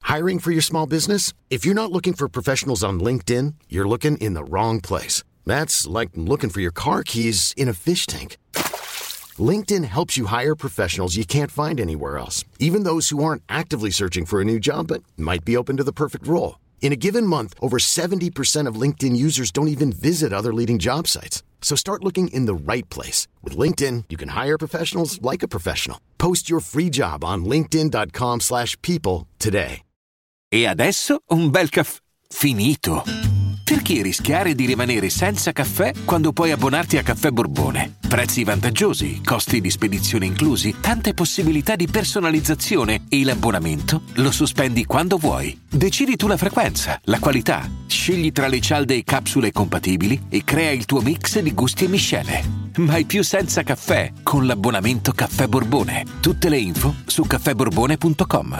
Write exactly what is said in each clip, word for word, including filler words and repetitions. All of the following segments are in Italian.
Hiring for your small business? If you're not looking for professionals on LinkedIn, you're looking in the wrong place. That's like looking for your car keys in a fish tank. LinkedIn helps you hire professionals you can't find anywhere else, even those who aren't actively searching for a new job but might be open to the perfect role. In a given month, over seventy percent of LinkedIn users don't even visit other leading job sites. So start looking in the right place. With LinkedIn, you can hire professionals like a professional. Post your free job on linkedin.com slash people today. E adesso un bel caffè finito. Perché rischiare di rimanere senza caffè quando puoi abbonarti a Caffè Borbone? Prezzi vantaggiosi, costi di spedizione inclusi, tante possibilità di personalizzazione e l'abbonamento lo sospendi quando vuoi. Decidi tu la frequenza, la qualità, scegli tra le cialde e capsule compatibili e crea il tuo mix di gusti e miscele. Mai più senza caffè con l'abbonamento Caffè Borbone. Tutte le info su caffè borbone punto com.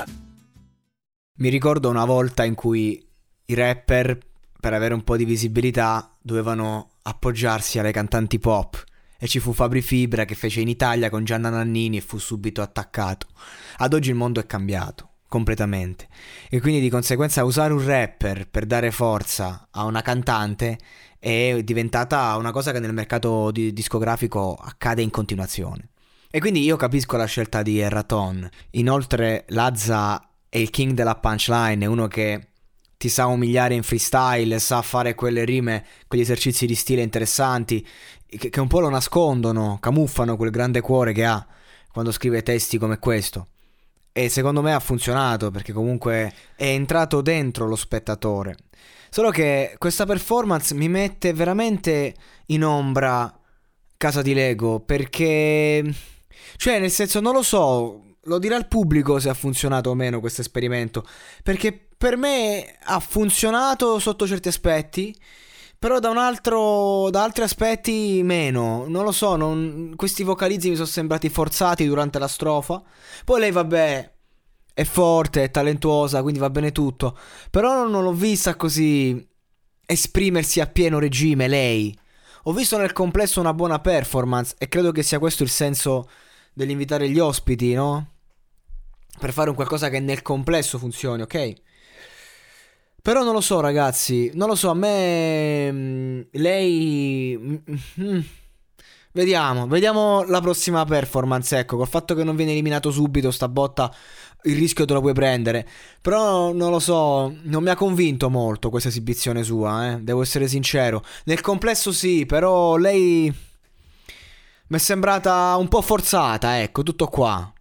Mi ricordo una volta in cui i rapper, per avere un po' di visibilità, dovevano appoggiarsi alle cantanti pop, e ci fu Fabri Fibra che fece in Italia con Gianna Nannini e fu subito attaccato. Ad oggi il mondo è cambiato completamente, e quindi di conseguenza usare un rapper per dare forza a una cantante è diventata una cosa che nel mercato di- discografico accade in continuazione. E quindi io capisco la scelta di Erraton. Inoltre Lazza è il king della punchline, è uno che ti sa umiliare in freestyle, sa fare quelle rime, quegli esercizi di stile interessanti che, che un po' lo nascondono, camuffano quel grande cuore che ha quando scrive testi come questo. E secondo me ha funzionato, perché comunque è entrato dentro lo spettatore. Solo che questa performance mi mette veramente in ombra Casa di Lego, perché, cioè, nel senso, non lo so, lo dirà il pubblico se ha funzionato o meno questo esperimento, perché per me ha funzionato sotto certi aspetti, però da un altro, da altri aspetti meno. Non lo so, non, questi vocalizzi mi sono sembrati forzati durante la strofa. Poi lei, vabbè, è forte, è talentuosa, quindi va bene tutto, però non l'ho vista così esprimersi a pieno regime lei. Ho visto nel complesso una buona performance, e credo che sia questo il senso dell'invitare gli ospiti, no? Per fare un qualcosa che nel complesso funzioni, ok? Però non lo so, ragazzi, non lo so, a me mh, lei mh, mh, vediamo, vediamo la prossima performance, ecco, col fatto che non viene eliminato subito sta botta, il rischio te lo puoi prendere. Però non lo so, non mi ha convinto molto questa esibizione sua, eh, devo essere sincero. Nel complesso sì, però lei mi è sembrata un po' forzata, ecco, tutto qua.